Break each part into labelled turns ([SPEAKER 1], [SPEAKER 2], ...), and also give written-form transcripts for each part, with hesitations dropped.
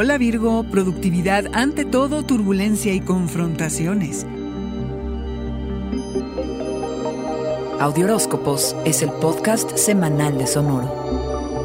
[SPEAKER 1] Hola Virgo, productividad ante todo, turbulencia y confrontaciones.
[SPEAKER 2] Audioróscopos es el podcast semanal de Sonoro.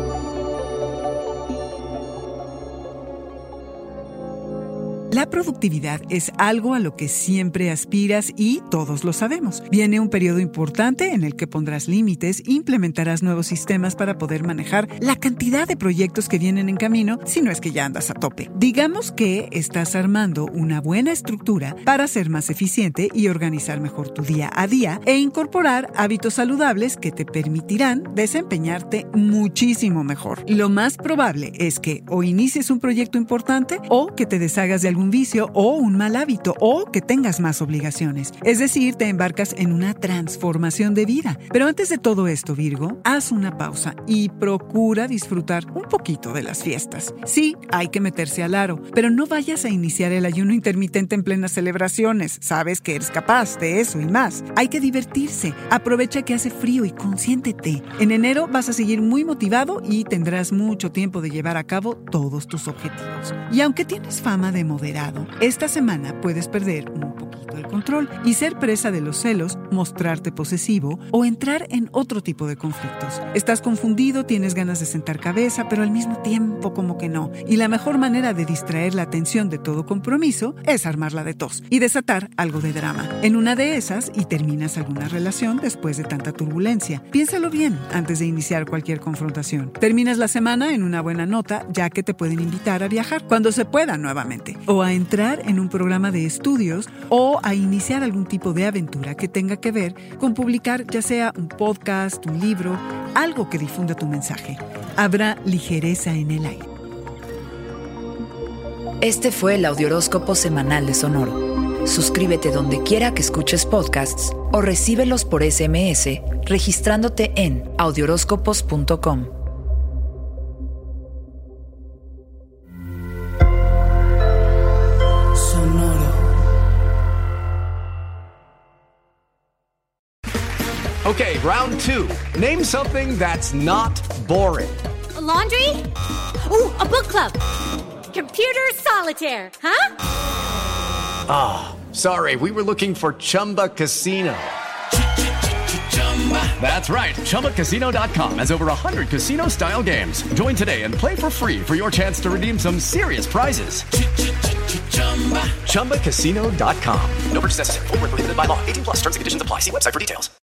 [SPEAKER 1] La productividad es algo a lo que siempre aspiras y todos lo sabemos. Viene un periodo importante en el que pondrás límites, implementarás nuevos sistemas para poder manejar la cantidad de proyectos que vienen en camino, si no es que ya andas a tope. Digamos que estás armando una buena estructura para ser más eficiente y organizar mejor tu día a día e incorporar hábitos saludables que te permitirán desempeñarte muchísimo mejor. Lo más probable es que o inicies un proyecto importante o que te deshagas de algún vicio o un mal hábito o que tengas más obligaciones. Es decir, te embarcas en una transformación de vida. Pero antes de todo esto, Virgo, haz una pausa y procura disfrutar un poquito de las fiestas. Sí, hay que meterse al aro, pero no vayas a iniciar el ayuno intermitente en plenas celebraciones. Sabes que eres capaz de eso y más. Hay que divertirse. Aprovecha que hace frío y consiéntete. En enero vas a seguir muy motivado y tendrás mucho tiempo de llevar a cabo todos tus objetivos. Y aunque tienes fama de moderado, esta semana puedes perder un poquito el control y ser presa de los celos, mostrarte posesivo o entrar en otro tipo de conflictos. Estás confundido, tienes ganas de sentar cabeza, pero al mismo tiempo como que no. Y la mejor manera de distraer la atención de todo compromiso es armarla de tos y desatar algo de drama. En una de esas y terminas alguna relación después de tanta turbulencia. Piénsalo bien antes de iniciar cualquier confrontación. Terminas la semana en una buena nota, ya que te pueden invitar a viajar cuando se pueda nuevamente, o a entrar en un programa de estudios o a iniciar algún tipo de aventura que tenga que ver con publicar ya sea un podcast, un libro, algo que difunda tu mensaje. Habrá ligereza en el aire.
[SPEAKER 2] Este fue el Audioróscopo semanal de Sonoro. Suscríbete donde quiera que escuches podcasts o recíbelos por SMS registrándote en audioróscopos.com.
[SPEAKER 3] Okay, round two. Name something that's not boring.
[SPEAKER 4] A laundry? Ooh, a book club. Computer solitaire, huh?
[SPEAKER 3] Ah, sorry, we were looking for Chumba Casino. That's right, ChumbaCasino.com has over 100 casino-style games. Join today and play for free for your chance to redeem some serious prizes. ChumbaCasino.com.
[SPEAKER 5] No purchase necessary. Void where prohibited by law. 18+ terms and conditions apply. See website for details.